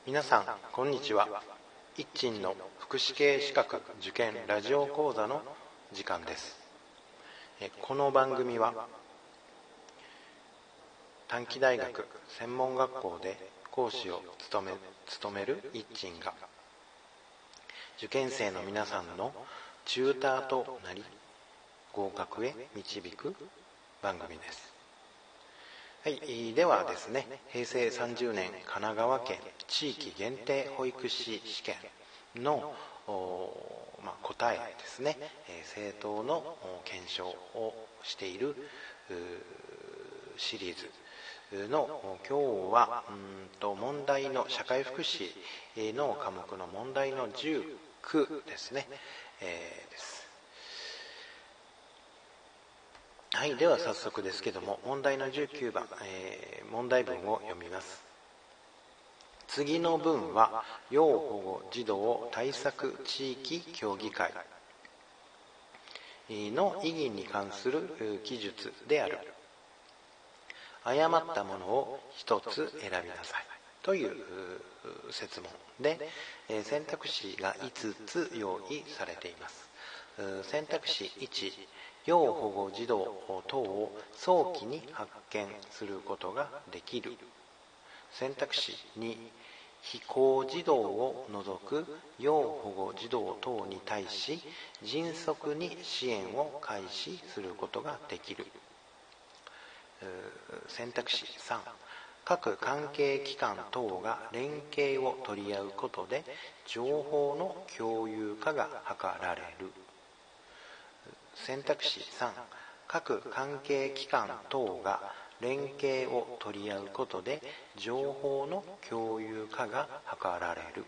皆さんこんにちは。一鎮の福祉系資格受験ラジオ講座の時間です。この番組は短期大学専門学校で講師を務める一鎮が受験生の皆さんのチューターとなり合格へ導く番組です。はい、ではですね、平成30年神奈川県地域限定保育士試験の答えですね、政党の検証をしているシリーズの今日は問題の社会福祉の科目の問題の19ですね、です。はい、では早速ですけども、問題の19番、問題文を読みます。次の文は要保護児童対策地域協議会の意義に関する記述である。誤ったものを一つ選びなさいという設問で、選択肢が5つ用意されています。選択肢1、要保護児童等を早期に発見することができる。選択肢2、非行児童を除く要保護児童等に対し迅速に支援を開始することができる。選択肢3、各関係機関等が連携を取り合うことで情報の共有化が図られる。選択肢3、各関係機関等が連携を取り合うことで情報の共有化が図られる。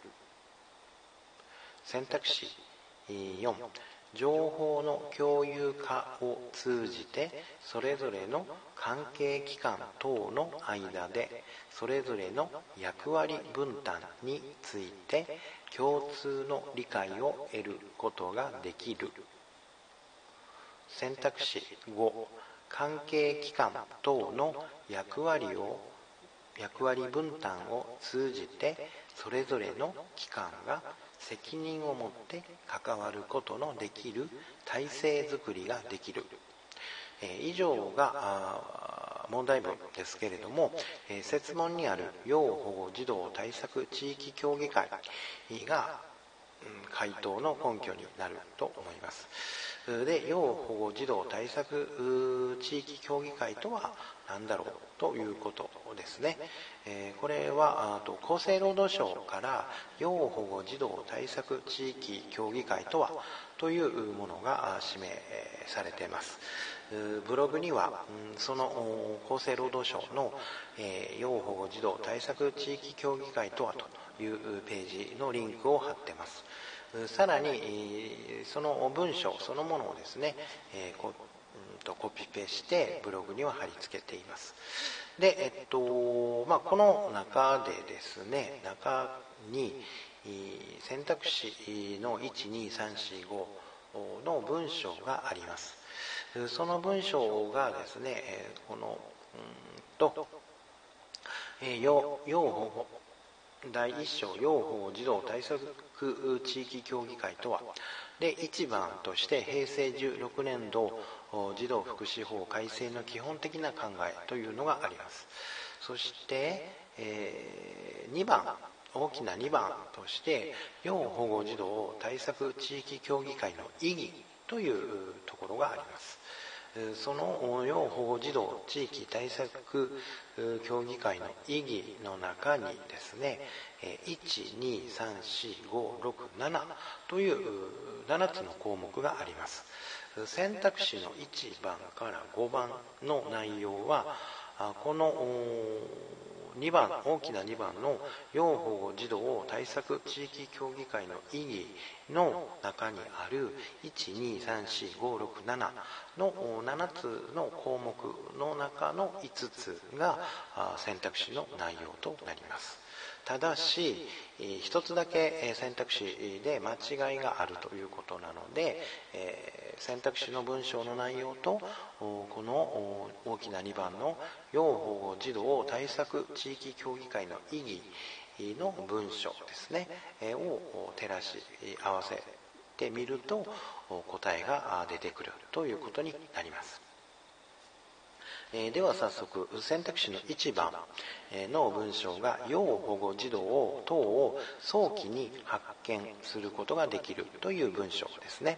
選択肢4、情報の共有化を通じてそれぞれの関係機関等の間でそれぞれの役割分担について共通の理解を得ることができる。選択肢5、関係機関等の役割分担を通じてそれぞれの機関が責任を持って関わることのできる体制づくりができる。以上が問題文ですけれども、設問にある要保護児童対策地域協議会が回答の根拠になると思います。で、要保護児童対策地域協議会とは何だろうということですね。これは厚生労働省から要保護児童対策地域協議会とはというものが指名されています。ブログにはその厚生労働省の要保護児童対策地域協議会とはというページのリンクを貼っています。さらにその文章そのものをですね、コピペしてブログには貼り付けています。で、この中でですね、中に選択肢の12345の文章があります。その文章がですね、この要保護第1章要保護児童対策地域協議会とはで1番として平成16年度児童福祉法改正の基本的な考えというのがあります。そして、2番大きな2番として要保護児童対策地域協議会の意義というところがあります。その要保護児童地域対策協議会の意義の中にですね、1,2,3,4,5,6,7という7つの項目があります。選択肢の1番から5番の内容はこの2番大きな2番の要保護児童対策地域協議会の意義の中にある 1,2,3,4,5,6,7 の7つの項目の中の5つが選択肢の内容となります。ただし一つだけ選択肢で間違いがあるということなので、選択肢の文章の内容とこの大きな2番の要保護児童対策地域協議会の意義の文章ですね、を照らし合わせてみると答えが出てくるということになります。では早速選択肢の1番の文章が要保護児童等を早期に発見することができるという文章ですね。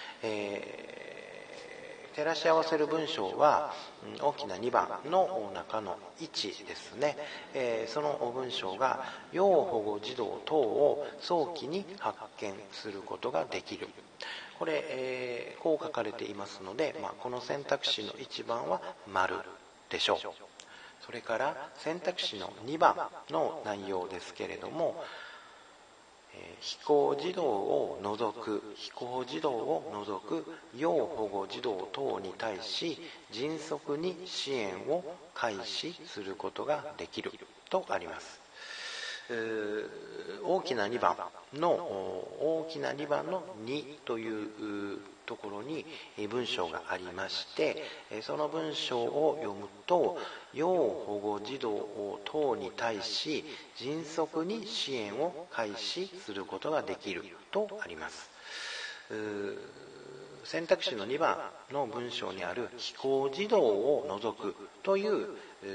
照らし合わせる文章は大きな2番の中の1ですね。その文章が要保護児童等を早期に発見することができる。これ、こう書かれていますので、この選択肢の1番は丸でしょう。それから選択肢の2番の内容ですけれども、非行児童を除く要保護児童等に対し迅速に支援を開始することができるとあります。大きな2番の2というところに文章がありまして、その文章を読むと要保護児童等に対し迅速に支援を開始することができるとあります。選択肢の2番の文章にある非行児童を除くという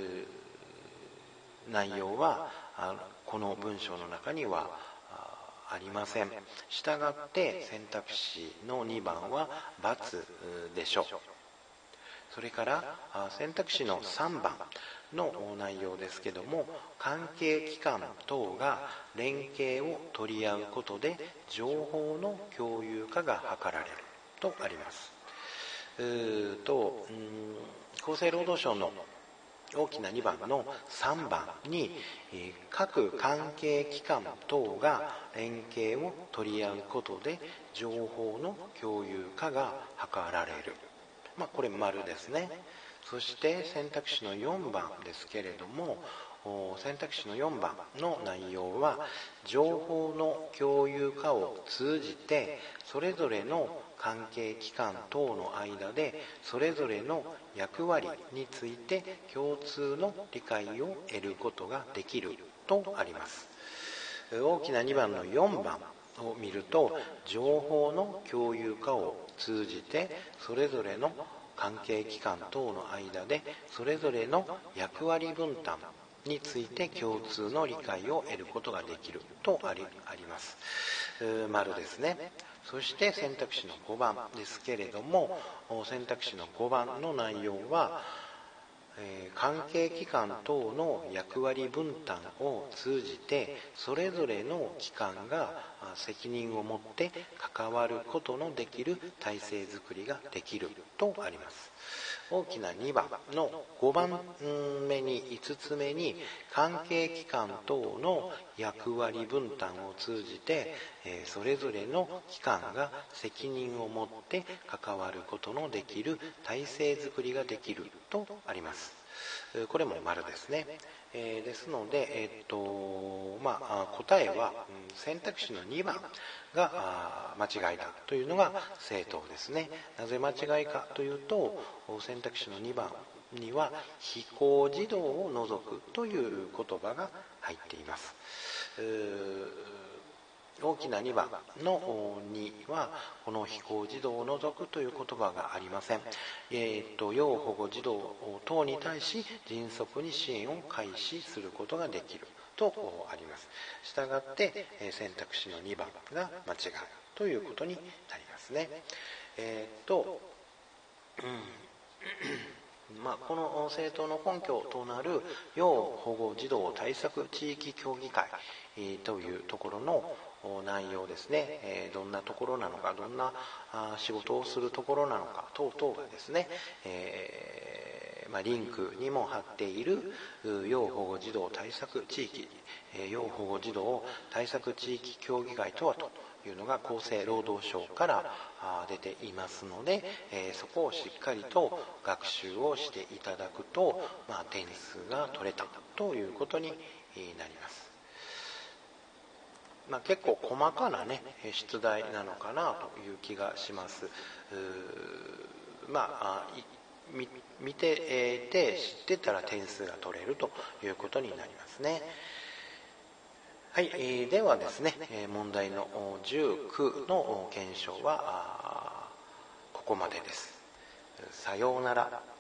内容はこの文章の中にはありません。したがって選択肢の2番は×でしょう。それから選択肢の3番の内容ですけども、関係機関等が連携を取り合うことで情報の共有化が図られるとあります。厚生労働省の大きな2番の3番に各関係機関等が連携を取り合うことで情報の共有化が図られる、これ丸ですね。そして選択肢の4番ですけれども、選択肢の4番の内容は情報の共有化を通じてそれぞれの関係機関等の間でそれぞれの役割について共通の理解を得ることができるとあります。大きな2番の4番を見ると情報の共有化を通じてそれぞれの関係機関等の間でそれぞれの役割分担について共通の理解を得ることができるとあります。丸ですね。そして選択肢の5番ですけれども、選択肢の5番の内容は関係機関等の役割分担を通じてそれぞれの機関が責任を持って関わることのできる体制づくりができるとあります。大きな2番の5番目に5つ目に関係機関等の役割分担を通じてそれぞれの機関が責任を持って関わることのできる体制づくりができるとあります。これも丸ですね。ですので、答えは選択肢の2番が間違いだというのが正答ですね。なぜ間違いかというと選択肢の2番には非行児童を除くという言葉が入っています。大きな2番の2はこの非行児童を除くという言葉がありません。要保護児童等に対し迅速に支援を開始することができるとあります。したがって選択肢の2番が間違いということになりますね。この政党の根拠となる要保護児童対策地域協議会というところの内容ですね、どんなところなのか、どんな仕事をするところなのか等々がですね、リンクにも貼っている要保護児童対策地域要保護児童対策地域協議会とはというのが厚生労働省から出ていますので、そこをしっかりと学習をしていただくと、点数が取れたということになります。結構細かなね出題なのかなという気がします。見てて知ってたら点数が取れるということになりますね。 はい、ではですね、問題の19の検証はここまでです。さようなら。